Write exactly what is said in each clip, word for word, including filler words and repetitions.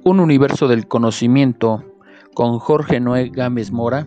Un universo del conocimiento con Jorge Noé Gámez Mora.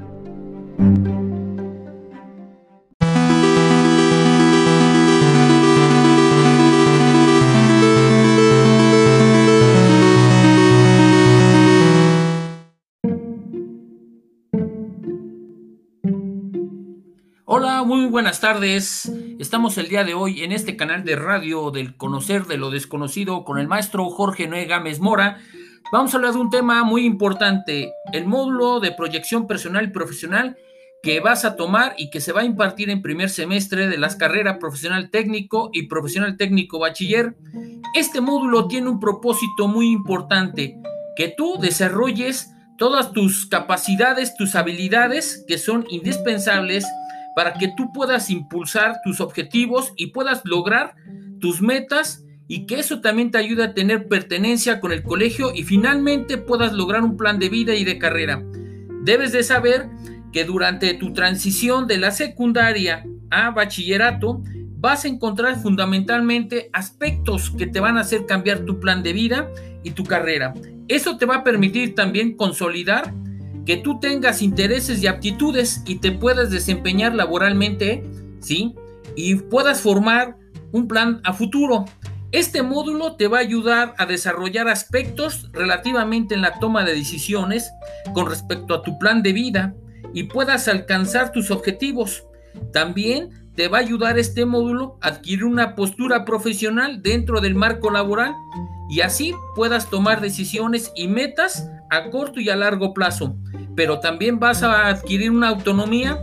Hola, muy buenas tardes. Estamos el día de hoy en este canal de radio del Conocer de lo Desconocido con el maestro Jorge Noé Gámez Mora. Vamos a hablar de un tema muy importante, el módulo de proyección personal y profesional que vas a tomar y que se va a impartir en primer semestre de las carreras profesional técnico y profesional técnico bachiller. Este módulo tiene un propósito muy importante, que tú desarrolles todas tus capacidades, tus habilidades que son indispensables para que tú puedas impulsar tus objetivos y puedas lograr tus metas y que eso también te ayude a tener pertenencia con el colegio y finalmente puedas lograr un plan de vida y de carrera. Debes de saber que durante tu transición de la secundaria a bachillerato vas a encontrar fundamentalmente aspectos que te van a hacer cambiar tu plan de vida y tu carrera. Eso te va a permitir también consolidar que tú tengas intereses y aptitudes y te puedas desempeñar laboralmente, ¿sí? Y puedas formar un plan a futuro. Este módulo te va a ayudar a desarrollar aspectos relativamente en la toma de decisiones con respecto a tu plan de vida y puedas alcanzar tus objetivos. También te va a ayudar este módulo a adquirir una postura profesional dentro del marco laboral y así puedas tomar decisiones y metas a corto y a largo plazo, pero también vas a adquirir una autonomía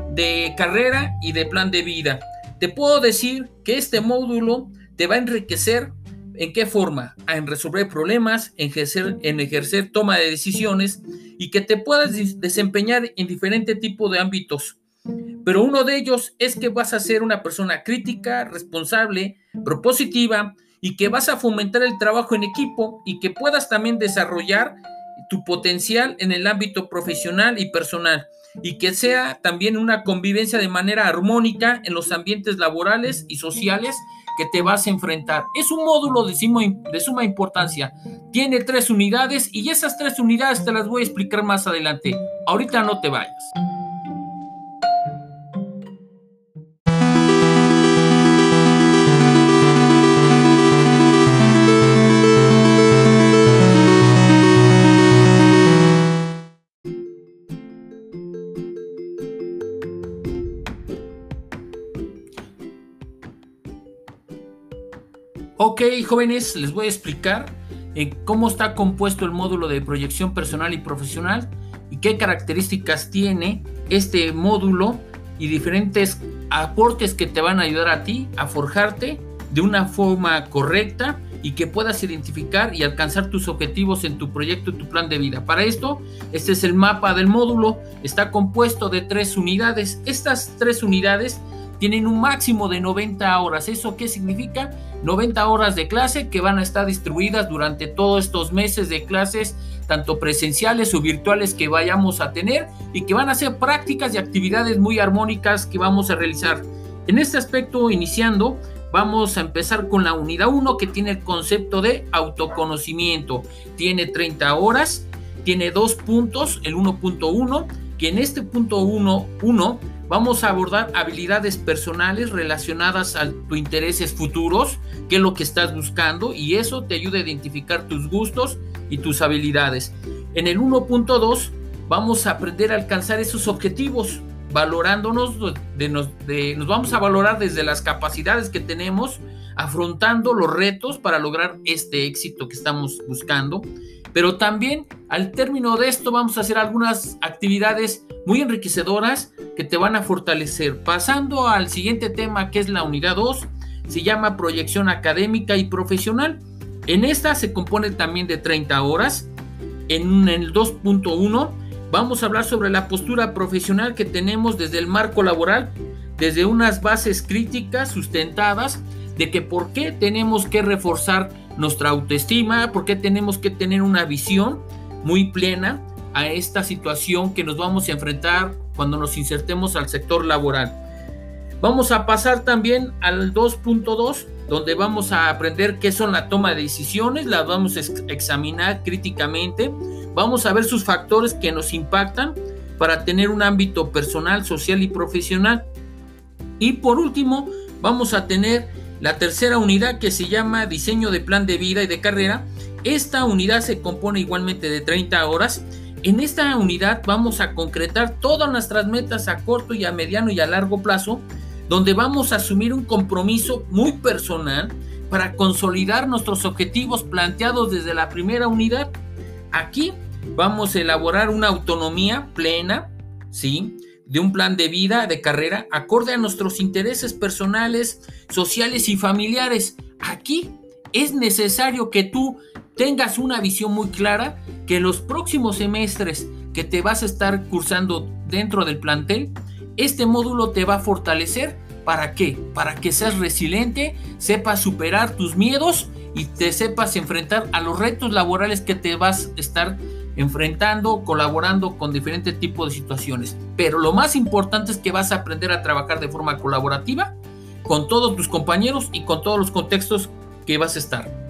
de carrera y de plan de vida. Te puedo decir que este módulo te va a enriquecer. ¿En qué forma? En resolver problemas, en ejercer, en ejercer toma de decisiones y que te puedas desempeñar en diferentes tipos de ámbitos. Pero uno de ellos es que vas a ser una persona crítica, responsable, propositiva y que vas a fomentar el trabajo en equipo y que puedas también desarrollar tu potencial en el ámbito profesional y personal y que sea también una convivencia de manera armónica en los ambientes laborales y sociales que te vas a enfrentar. Es un módulo de suma, de suma importancia. Tiene tres unidades y esas tres unidades te las voy a explicar más adelante. Ahorita no te vayas. Ok, jóvenes, les voy a explicar eh, cómo está compuesto el módulo de proyección personal y profesional y qué características tiene este módulo y diferentes aportes que te van a ayudar a ti a forjarte de una forma correcta y que puedas identificar y alcanzar tus objetivos en tu proyecto y tu plan de vida. Para esto, este es el mapa del módulo, está compuesto de tres unidades. Estas tres unidades tienen un máximo de noventa horas. ¿Eso qué significa? noventa horas de clase que van a estar distribuidas durante todos estos meses de clases, tanto presenciales o virtuales que vayamos a tener y que van a ser prácticas y actividades muy armónicas que vamos a realizar. En este aspecto, iniciando, vamos a empezar con la unidad uno que tiene el concepto de autoconocimiento. Tiene treinta horas, tiene dos puntos, el uno punto uno, que en este punto uno punto uno vamos a abordar habilidades personales relacionadas a tus intereses futuros, qué es lo que estás buscando y eso te ayuda a identificar tus gustos y tus habilidades. En el uno punto dos vamos a aprender a alcanzar esos objetivos, valorándonos, de nos, de, nos vamos a valorar desde las capacidades que tenemos, afrontando los retos para lograr este éxito que estamos buscando. Pero también al término de esto vamos a hacer algunas actividades muy enriquecedoras que te van a fortalecer. Pasando al siguiente tema, que es la unidad dos, se llama proyección académica y profesional. En esta se compone también de treinta horas. En el dos punto uno vamos a hablar sobre la postura profesional que tenemos desde el marco laboral, desde unas bases críticas sustentadas de que por qué tenemos que reforzar nuestra autoestima, por qué tenemos que tener una visión muy plena a esta situación que nos vamos a enfrentar cuando nos insertemos al sector laboral. Vamos a pasar también al dos punto dos, donde vamos a aprender qué son la toma de decisiones, las vamos a ex- examinar críticamente, vamos a ver sus factores que nos impactan para tener un ámbito personal, social y profesional. Y por último, vamos a tener la tercera unidad, que se llama diseño de plan de vida y de carrera. Esta unidad se compone igualmente de treinta horas. En esta unidad vamos a concretar todas nuestras metas a corto y a mediano y a largo plazo, donde vamos a asumir un compromiso muy personal para consolidar nuestros objetivos planteados desde la primera unidad. Aquí vamos a elaborar una autonomía plena, ¿sí?, de un plan de vida, de carrera, acorde a nuestros intereses personales, sociales y familiares. Aquí es necesario que tú tengas una visión muy clara, que los próximos semestres que te vas a estar cursando dentro del plantel, este módulo te va a fortalecer. ¿Para qué? Para que seas resiliente, sepas superar tus miedos y te sepas enfrentar a los retos laborales que te vas a estar enfrentando, colaborando con diferentes tipos de situaciones. Pero lo más importante es que vas a aprender a trabajar de forma colaborativa con todos tus compañeros y con todos los contextos que vas a estar.